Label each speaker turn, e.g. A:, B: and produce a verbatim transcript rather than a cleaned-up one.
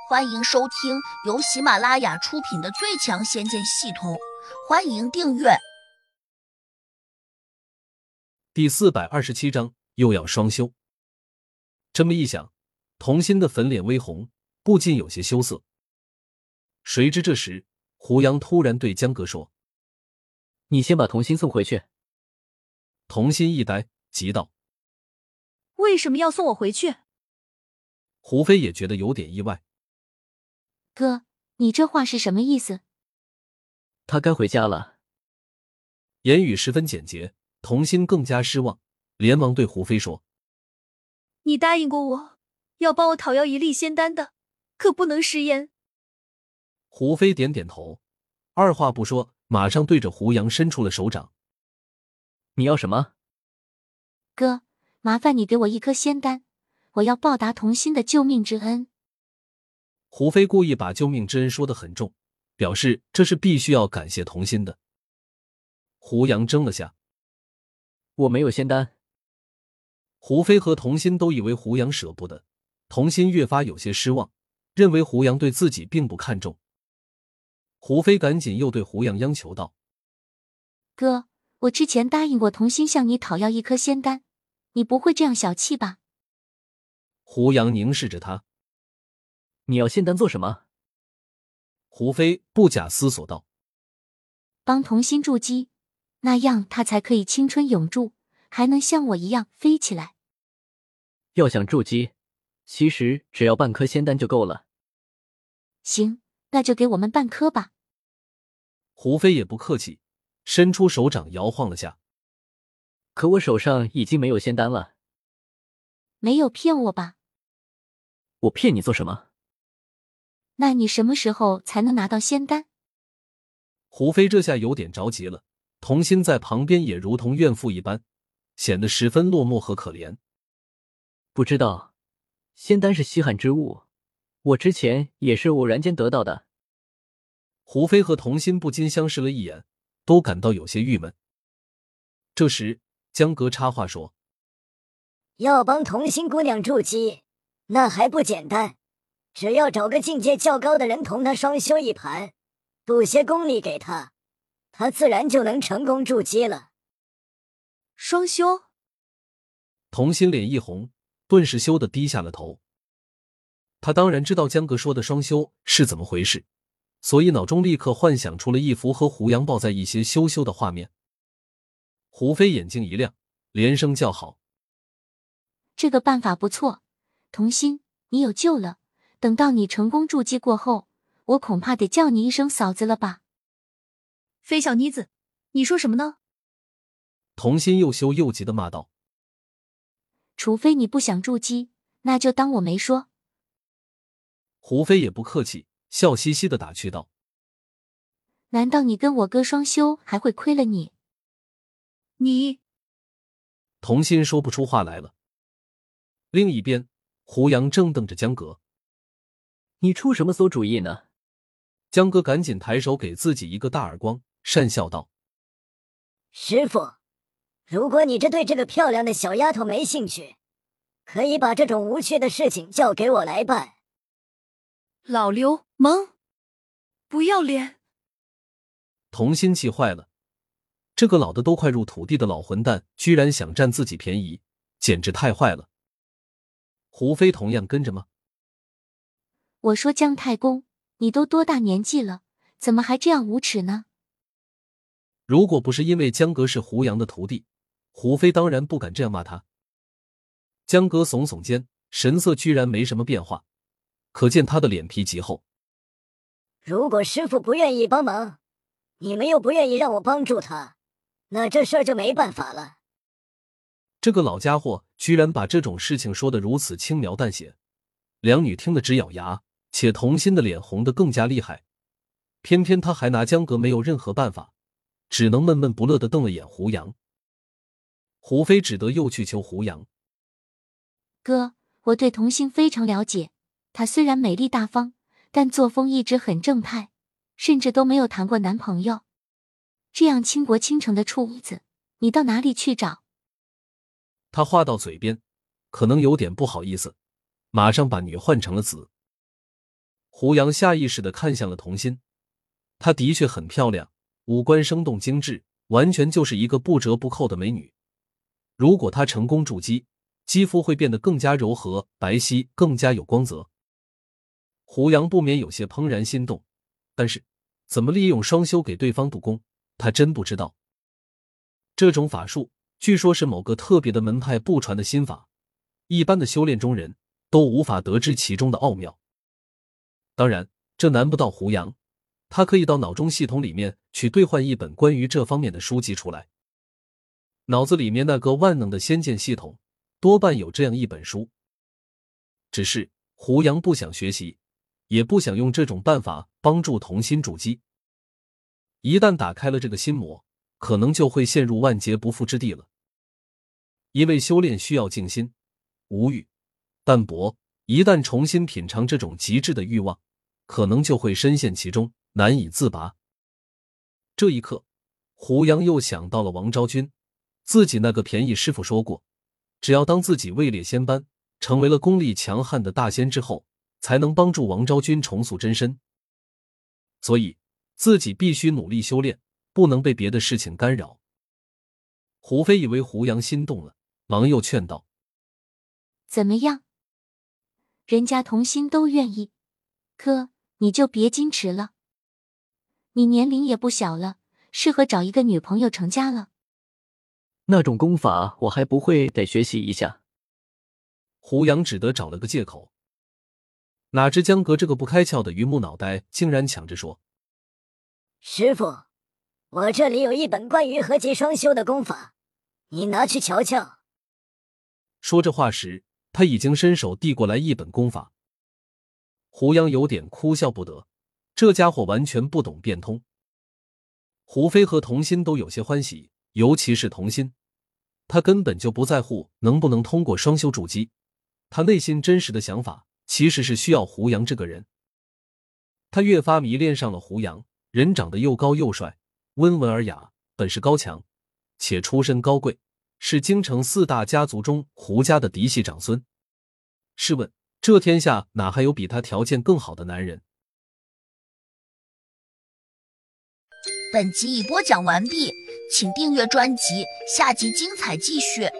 A: 欢迎收听由喜马拉雅出品的《最强仙剑系统》，欢迎订阅。
B: 第四百二十七章，又要双修。这么一想，童心的粉脸微红，不禁有些羞涩。谁知这时，胡杨突然对江阁说：“
C: 你先把童心送回去。”
B: 童心一呆，急道：“
D: 为什么要送我回去？”
B: 胡飞也觉得有点意外。
E: 哥，你这话是什么意思？
C: 他该回家了。
B: 言语十分简洁，童心更加失望，连忙对胡飞说：“
D: 你答应过我，要帮我讨要一粒仙丹的，可不能食言。”
B: 胡飞点点头，二话不说，马上对着胡杨伸出了手掌。
C: 你要什么？
E: 哥，麻烦你给我一颗仙丹，我要报答童心的救命之恩。
B: 胡飞故意把救命之恩说得很重，表示这是必须要感谢童心的。胡杨怔了下：“
C: 我没有仙丹。”
B: 胡飞和童心都以为胡杨舍不得，童心越发有些失望，认为胡杨对自己并不看重。胡飞赶紧又对胡杨央求道：“
E: 哥，我之前答应过童心向你讨要一颗仙丹，你不会这样小气吧？”
B: 胡杨凝视着他：“
C: 你要仙丹做什么？”
B: 胡飞不假思索道：“
E: 帮童心筑基，那样他才可以青春永驻，还能像我一样飞起来。”
C: 要想筑基，其实只要半颗仙丹就够了。
E: 行，那就给我们半颗吧。
B: 胡飞也不客气，伸出手掌摇晃了下。
C: 可我手上已经没有仙丹了。
E: 没有骗我吧？
C: 我骗你做什么？
E: 那你什么时候才能拿到仙丹？
B: 胡飞这下有点着急了，童心在旁边也如同怨妇一般，显得十分落寞和可怜。
C: 不知道，仙丹是稀罕之物，我之前也是偶然间得到的。
B: 胡飞和童心不禁相视了一眼，都感到有些郁闷。这时江阁插话说：“
F: 要帮童心姑娘筑基，那还不简单，只要找个境界较高的人同她双修一盘，补些功力给她，她自然就能成功筑基了。”
D: 双修？
B: 童心脸一红，顿时羞得低下了头。他当然知道江阁说的双修是怎么回事，所以脑中立刻幻想出了一幅和胡杨抱在一起羞羞的画面。胡飞眼睛一亮，连声叫好：“
E: 这个办法不错，童心，你有救了。等到你成功筑基过后，我恐怕得叫你一声嫂子了吧？”
D: 飞小妮子，你说什么呢？
B: 童心又羞又急地骂道：“
E: 除非你不想筑基，那就当我没说。”
B: 胡飞也不客气，笑嘻嘻地打趣道：“
E: 难道你跟我哥双修还会亏了你？”
D: 你……
B: 童心说不出话来了。另一边，胡杨正瞪着江阁：“
C: 你出什么馊主意呢？”
B: 江阁赶紧抬手给自己一个大耳光，讪笑道：“
F: 师傅，如果你这对这个漂亮的小丫头没兴趣，可以把这种无趣的事情交给我来办。”
D: 老流氓，不要脸！
B: 童心气坏了，这个老的都快入土地的老混蛋居然想占自己便宜，简直太坏了。胡飞同样跟着吗？
E: 我说姜太公，你都多大年纪了，怎么还这样无耻呢？
B: 如果不是因为江阁是胡杨的徒弟，胡飞当然不敢这样骂他。江阁耸耸肩，神色居然没什么变化，可见他的脸皮极厚。
F: 如果师傅不愿意帮忙，你们又不愿意让我帮助他，那这事儿就没办法了。
B: 这个老家伙居然把这种事情说得如此轻描淡写，两女听得直咬牙，且童心的脸红得更加厉害。偏偏他还拿江阁没有任何办法，只能闷闷不乐地瞪了眼胡杨。胡飞只得又去求胡杨：“
E: 哥，我对童心非常了解，她虽然美丽大方，但作风一直很正派，甚至都没有谈过男朋友。这样倾国倾城的处子，你到哪里去找？”
B: 他话到嘴边，可能有点不好意思，马上把女换成了子。 胡杨下意识地看向了童心，她的确很漂亮，五官生动精致，完全就是一个不折不扣的美女。如果她成功筑基，肌肤会变得更加柔和白皙，更加有光泽。胡杨不免有些怦然心动，但是怎么利用双修给对方渡功，他真不知道。这种法术据说是某个特别的门派不传的心法，一般的修炼中人都无法得知其中的奥妙。当然，这难不到胡杨，他可以到脑中系统里面去兑换一本关于这方面的书籍出来。脑子里面那个万能的仙剑系统多半有这样一本书，只是胡杨不想学习，也不想用这种办法帮助童心筑基。一旦打开了这个心魔，可能就会陷入万劫不复之地了。因为修炼需要静心、无欲、淡泊，一旦重新品尝这种极致的欲望，可能就会深陷其中，难以自拔。这一刻，胡杨又想到了王昭君，自己那个便宜师傅说过，只要当自己位列仙班，成为了功力强悍的大仙之后，才能帮助王昭君重塑真身。所以自己必须努力修炼，不能被别的事情干扰。胡飞以为胡杨心动了，忙又劝道：
E: 怎么样？人家童心都愿意，哥你就别矜持了。你年龄也不小了，适合找一个女朋友成家了。
C: 那种功法我还不会，得学习一下。
B: 胡杨只得找了个借口。哪知江阁这个不开窍的榆木脑袋竟然抢着说：
F: 师傅，我这里有一本关于合击双修的功法，你拿去瞧瞧。
B: 说这话时，他已经伸手递过来一本功法。胡杨有点哭笑不得，这家伙完全不懂变通。胡飞和童心都有些欢喜，尤其是童心，他根本就不在乎能不能通过双修筑基，他内心真实的想法其实是需要胡杨这个人。他越发迷恋上了胡杨，人长得又高又帅，温文尔雅，本事高强，且出身高贵，是京城四大家族中胡家的嫡系长孙。试问这天下哪还有比他条件更好的男人？
A: 本集已播讲完毕，请订阅专辑，下集精彩继续。